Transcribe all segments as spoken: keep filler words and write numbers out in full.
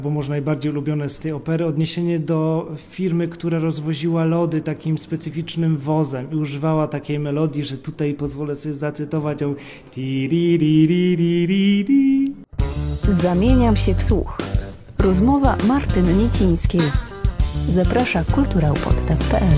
Bo może najbardziej ulubione z tej opery odniesienie do firmy, która rozwoziła lody takim specyficznym wozem i używała takiej melodii, że tutaj pozwolę sobie zacytować ją. Zamieniam się w słuch. Rozmowa Martyny Niecińskiej. Zaprasza kulturał podstaw kropka p l.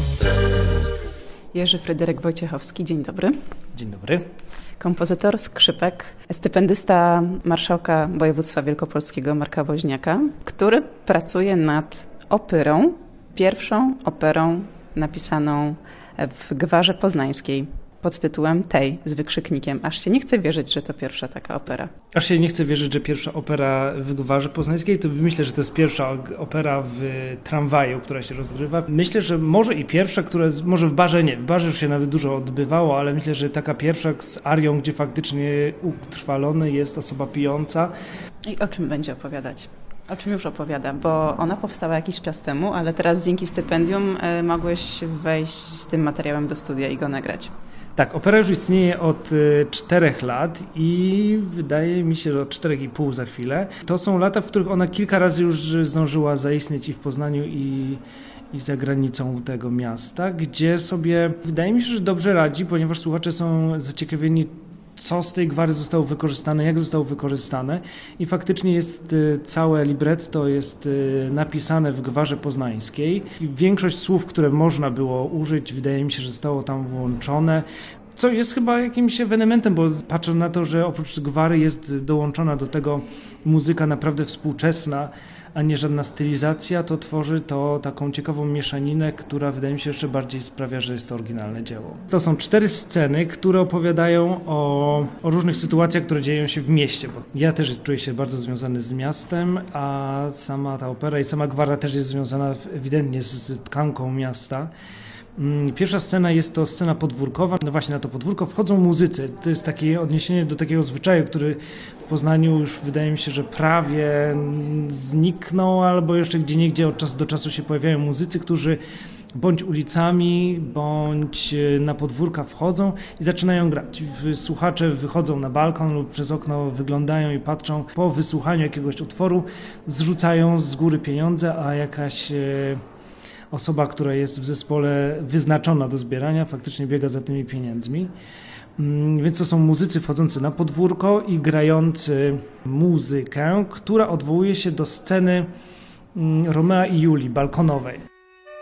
Jerzy Fryderyk Wojciechowski, dzień dobry. Dzień dobry. Kompozytor, skrzypek, stypendysta marszałka województwa wielkopolskiego Marka Woźniaka, który pracuje nad operą, pierwszą operą napisaną w Gwarze Poznańskiej pod tytułem Tej z wykrzyknikiem. Aż się nie chce wierzyć, że to pierwsza taka opera. Aż się nie chce wierzyć, że pierwsza opera w Gwarze Poznańskiej, to myślę, że to jest pierwsza opera w tramwaju, która się rozgrywa. Myślę, że może i pierwsza, która jest, może w barze nie, w barze już się nawet dużo odbywało, ale myślę, że taka pierwsza z arią, gdzie faktycznie utrwalony jest osoba pijąca. I o czym będzie opowiadać? O czym już opowiada, bo ona powstała jakiś czas temu, ale teraz dzięki stypendium y, mogłeś wejść z tym materiałem do studia i go nagrać. Tak, opera już istnieje od czterech lat i wydaje mi się, że od czterech i pół za chwilę. To są lata, w których ona kilka razy już zdążyła zaistnieć i w Poznaniu, i, i za granicą tego miasta, gdzie sobie, wydaje mi się, że dobrze radzi, ponieważ słuchacze są zaciekawieni, co z tej gwary zostało wykorzystane, jak zostało wykorzystane, i faktycznie jest całe libretto jest napisane w Gwarze Poznańskiej. Większość słów, które można było użyć, wydaje mi się, że zostało tam włączone, co jest chyba jakimś ewenementem, bo patrzę na to, że oprócz gwary jest dołączona do tego muzyka naprawdę współczesna, a nie żadna stylizacja, to tworzy to taką ciekawą mieszaninę, która wydaje mi się jeszcze bardziej sprawia, że jest to oryginalne dzieło. To są cztery sceny, które opowiadają o, o różnych sytuacjach, które dzieją się w mieście, bo ja też czuję się bardzo związany z miastem, a sama ta opera i sama gwara też jest związana ewidentnie z tkanką miasta. Pierwsza scena jest to scena podwórkowa. No właśnie, na to podwórko wchodzą muzycy. To jest takie odniesienie do takiego zwyczaju, który w Poznaniu już wydaje mi się, że prawie zniknął, albo jeszcze gdzieniegdzie od czasu do czasu się pojawiają muzycy, którzy bądź ulicami, bądź na podwórka wchodzą i zaczynają grać. Słuchacze wychodzą na balkon lub przez okno wyglądają i patrzą. Po wysłuchaniu jakiegoś utworu zrzucają z góry pieniądze, a jakaś osoba, która jest w zespole wyznaczona do zbierania, faktycznie biega za tymi pieniędzmi. Więc to są muzycy wchodzący na podwórko i grający muzykę, która odwołuje się do sceny Romea i Julii, balkonowej.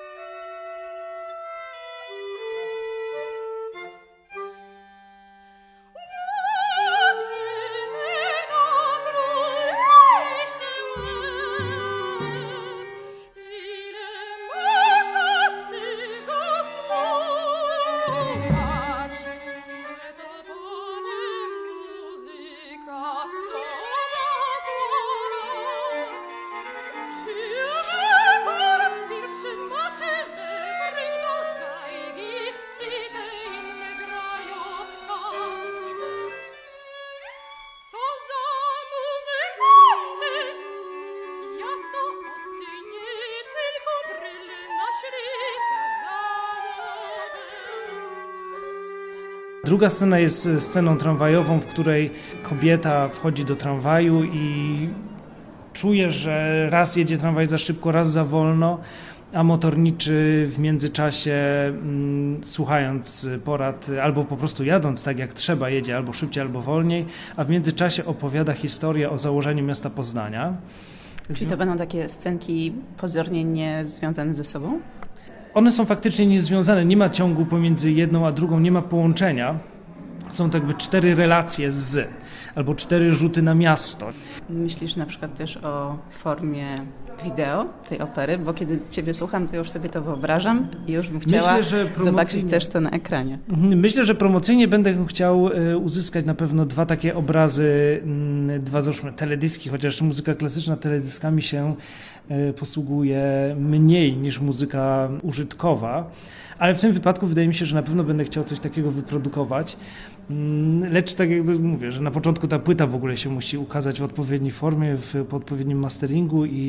Druga scena jest sceną tramwajową, w której kobieta wchodzi do tramwaju i czuje, że raz jedzie tramwaj za szybko, raz za wolno, a motorniczy w międzyczasie, mm, słuchając porad, albo po prostu jadąc tak jak trzeba, jedzie albo szybciej, albo wolniej, a w międzyczasie opowiada historię o założeniu miasta Poznania. Czyli to będą takie scenki pozornie niezwiązane ze sobą? One są faktycznie niezwiązane, nie ma ciągu pomiędzy jedną a drugą, nie ma połączenia. Są tak jakby cztery relacje z, albo cztery rzuty na miasto. Myślisz na przykład też o formie wideo tej opery, bo kiedy Ciebie słucham, to już sobie to wyobrażam i już bym chciała Myślę, zobaczyć też to na ekranie. Myślę, że promocyjnie będę chciał uzyskać na pewno dwa takie obrazy, dwa załóżmy teledyski, chociaż muzyka klasyczna teledyskami się posługuje mniej niż muzyka użytkowa. Ale w tym wypadku wydaje mi się, że na pewno będę chciał coś takiego wyprodukować. Lecz tak jak mówię, że na początku ta płyta w ogóle się musi ukazać w odpowiedniej formie, w, po odpowiednim masteringu i to jest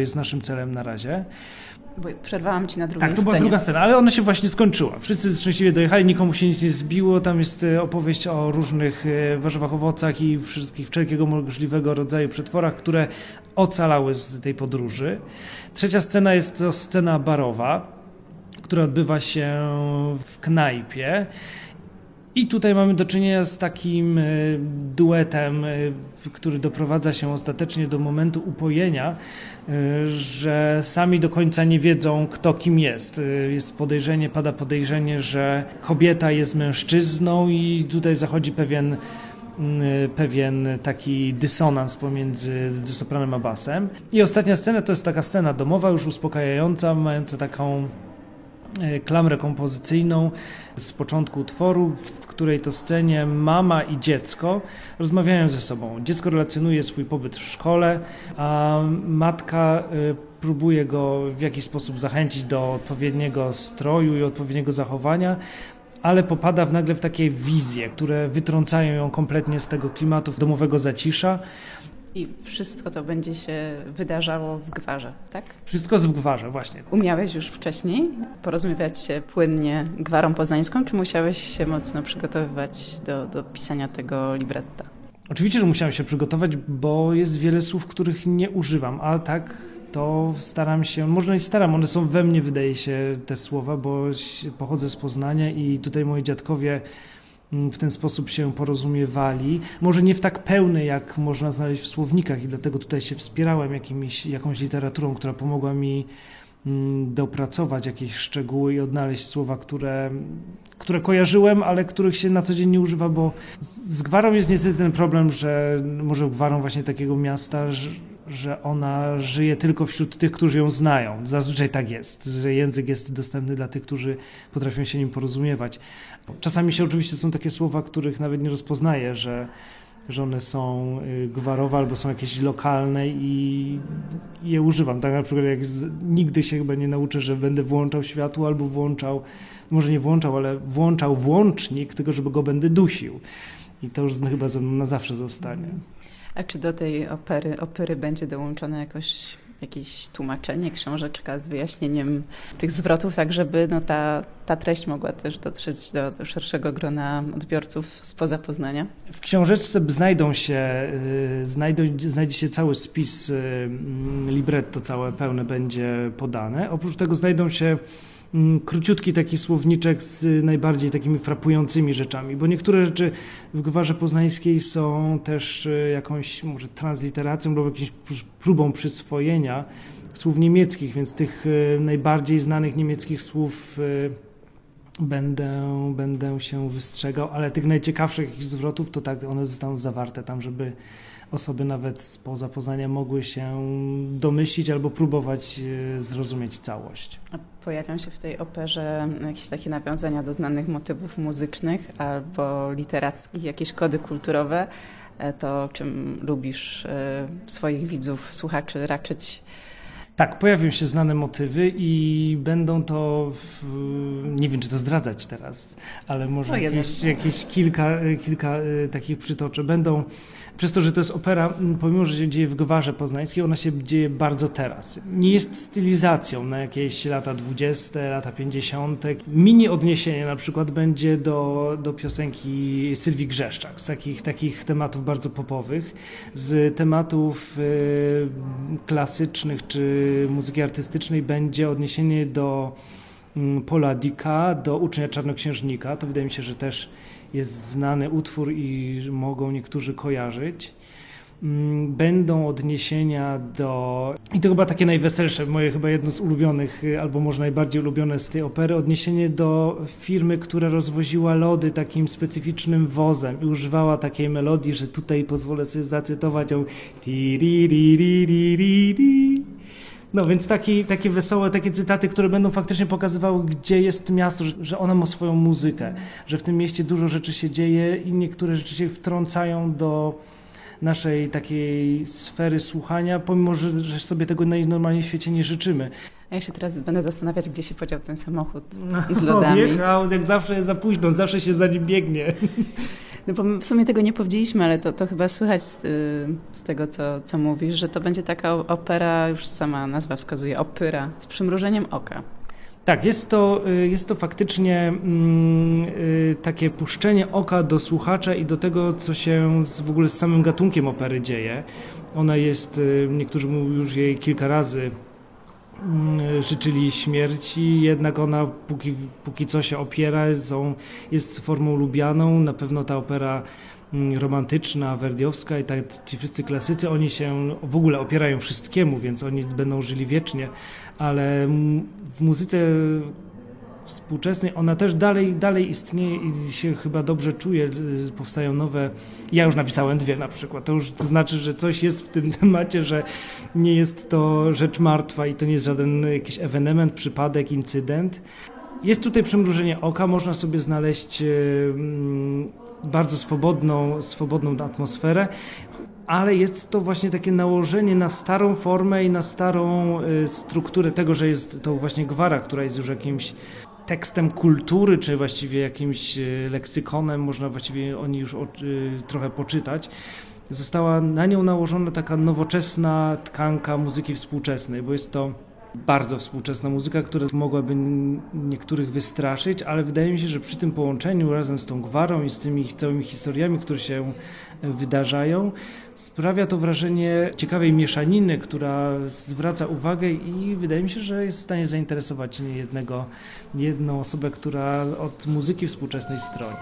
jest naszym celem na razie. Bo przerwałam ci na drugiej Tak, to była scenie. druga scena, ale ona się właśnie skończyła. Wszyscy szczęśliwie dojechali, nikomu się nic nie zbiło. Tam jest e, opowieść o różnych e, warzywach, owocach i wszystkich wszelkiego możliwego rodzaju przetworach, które ocalały z tej podróży. Trzecia scena jest to scena barowa, która odbywa się w knajpie. I tutaj mamy do czynienia z takim duetem, który doprowadza się ostatecznie do momentu upojenia, że sami do końca nie wiedzą, kto kim jest. Jest podejrzenie, pada podejrzenie, że kobieta jest mężczyzną i tutaj zachodzi pewien, pewien taki dysonans pomiędzy sopranem a basem. I ostatnia scena to jest taka scena domowa, już uspokajająca, mająca taką klamrę kompozycyjną z początku utworu, w której to scenie mama i dziecko rozmawiają ze sobą. Dziecko relacjonuje swój pobyt w szkole, a matka próbuje go w jakiś sposób zachęcić do odpowiedniego stroju i odpowiedniego zachowania, ale popada w nagle w takie wizje, które wytrącają ją kompletnie z tego klimatu domowego zacisza. I wszystko to będzie się wydarzało w gwarze, tak? Wszystko w gwarze, właśnie. Umiałeś już wcześniej porozumiewać się płynnie gwarą poznańską, czy musiałeś się mocno przygotowywać do, do pisania tego libretta? Oczywiście, że musiałem się przygotować, bo jest wiele słów, których nie używam, a tak to staram się, może nie staram, one są we mnie, wydaje się, te słowa, bo pochodzę z Poznania i tutaj moi dziadkowie w ten sposób się porozumiewali. Może nie w tak pełny, jak można znaleźć w słownikach i dlatego tutaj się wspierałem jakimiś, jakąś literaturą, która pomogła mi dopracować jakieś szczegóły i odnaleźć słowa, które, które kojarzyłem, ale których się na co dzień nie używa, bo z gwarą jest niestety ten problem, że może gwarą właśnie takiego miasta, że, że ona żyje tylko wśród tych, którzy ją znają. Zazwyczaj tak jest, że język jest dostępny dla tych, którzy potrafią się nim porozumiewać. Czasami się oczywiście są takie słowa, których nawet nie rozpoznaję, że że one są gwarowe albo są jakieś lokalne i je używam. Tak na przykład jak z, nigdy się chyba nie nauczę, że będę włączał światło albo włączał, może nie włączał, ale włączał włącznik, tylko żeby go będę dusił. I to już chyba ze mną na zawsze zostanie. A czy do tej opery, opery będzie dołączone jakoś jakieś tłumaczenie, książeczka z wyjaśnieniem tych zwrotów, tak żeby no, ta, ta treść mogła też dotrzeć do, do szerszego grona odbiorców spoza Poznania? W książeczce znajdą się, znajdą, znajdzie się cały spis, libretto całe pełne będzie podane. Oprócz tego znajdą się króciutki taki słowniczek z najbardziej takimi frapującymi rzeczami, bo niektóre rzeczy w gwarze poznańskiej są też jakąś może transliteracją lub jakąś próbą przyswojenia słów niemieckich, więc tych najbardziej znanych niemieckich słów będę, będę się wystrzegał, ale tych najciekawszych zwrotów to tak one zostaną zawarte tam, żeby osoby nawet spoza Poznania mogły się domyślić albo próbować zrozumieć całość. A pojawią się w tej operze jakieś takie nawiązania do znanych motywów muzycznych albo literackich, jakieś kody kulturowe, to czym lubisz swoich widzów, słuchaczy raczyć? Tak, pojawią się znane motywy i będą to, w, nie wiem czy to zdradzać teraz, ale może no jakieś, jakieś kilka, kilka takich przytoczę. Będą, przez to, że to jest opera, pomimo że się dzieje w gwarze poznańskiej, ona się dzieje bardzo teraz. Nie jest stylizacją na jakieś lata dwudzieste, lata pięćdziesiąte. Mini odniesienie na przykład będzie do, do piosenki Sylwii Grzeszczak, z takich, takich tematów bardzo popowych, z tematów y, klasycznych czy muzyki artystycznej będzie odniesienie do Paula Dicka, do Ucznia Czarnoksiężnika. To wydaje mi się, że też jest znany utwór i mogą niektórzy kojarzyć. Będą odniesienia do... I to chyba takie najweselsze, moje chyba jedno z ulubionych, albo może najbardziej ulubione z tej opery, odniesienie do firmy, która rozwoziła lody takim specyficznym wozem i używała takiej melodii, że tutaj pozwolę sobie zacytować ją. No więc taki, takie wesołe, takie cytaty, które będą faktycznie pokazywały, gdzie jest miasto, że, że ono ma swoją muzykę, że w tym mieście dużo rzeczy się dzieje i niektóre rzeczy się wtrącają do naszej takiej sfery słuchania, pomimo, że, że sobie tego najnormalniej w świecie nie życzymy. A ja się teraz będę zastanawiać, gdzie się podział ten samochód z lodami. Odjechał, jak zawsze jest za późno, zawsze się za nim biegnie. No bo my w sumie tego nie powiedzieliśmy, ale to, to chyba słychać z, z tego, co, co mówisz, że to będzie taka opera, już sama nazwa wskazuje, opera z przymrużeniem oka. Tak, jest to, jest to faktycznie mm, y, takie puszczenie oka do słuchacza i do tego, co się z, w ogóle z samym gatunkiem opery dzieje. Ona jest, y, niektórzy mówią już jej kilka razy, y, życzyli śmierci, jednak ona póki, póki co się opiera, są, jest formą lubianą. Na pewno ta opera romantyczna, werdiowska i tak, ci wszyscy klasycy, oni się w ogóle opierają wszystkiemu, więc oni będą żyli wiecznie, ale w muzyce współczesnej ona też dalej, dalej istnieje i się chyba dobrze czuje, powstają nowe, ja już napisałem dwie na przykład, to już to znaczy, że coś jest w tym temacie, że nie jest to rzecz martwa i to nie jest żaden jakiś ewenement, przypadek, incydent. Jest tutaj przymrużenie oka, można sobie znaleźć bardzo swobodną, swobodną atmosferę, ale jest to właśnie takie nałożenie na starą formę i na starą y, strukturę tego, że jest to właśnie gwara, która jest już jakimś tekstem kultury, czy właściwie jakimś y, leksykonem, można właściwie o niej już o, y, trochę poczytać. Została na nią nałożona taka nowoczesna tkanka muzyki współczesnej, bo jest to bardzo współczesna muzyka, która mogłaby niektórych wystraszyć, ale wydaje mi się, że przy tym połączeniu razem z tą gwarą i z tymi całymi historiami, które się wydarzają, sprawia to wrażenie ciekawej mieszaniny, która zwraca uwagę i wydaje mi się, że jest w stanie zainteresować niejednego, jedną osobę, która od muzyki współczesnej stroni.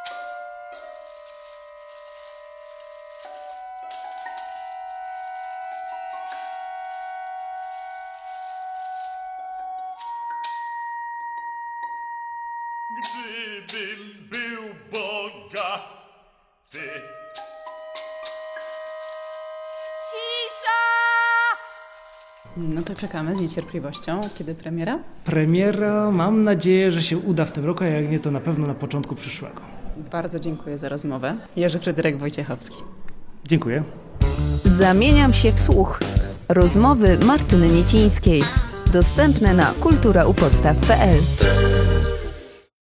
Gdybym był bogaty. Cisza! No to czekamy z niecierpliwością. Kiedy premiera? Premiera, mam nadzieję, że się uda w tym roku, a jak nie, to na pewno na początku przyszłego. Bardzo dziękuję za rozmowę. Jerzy Fryderyk Wojciechowski. Dziękuję. Zamieniam się w słuch. Rozmowy Martyny Niecińskiej. Dostępne na kultura u podstaw kropka p l.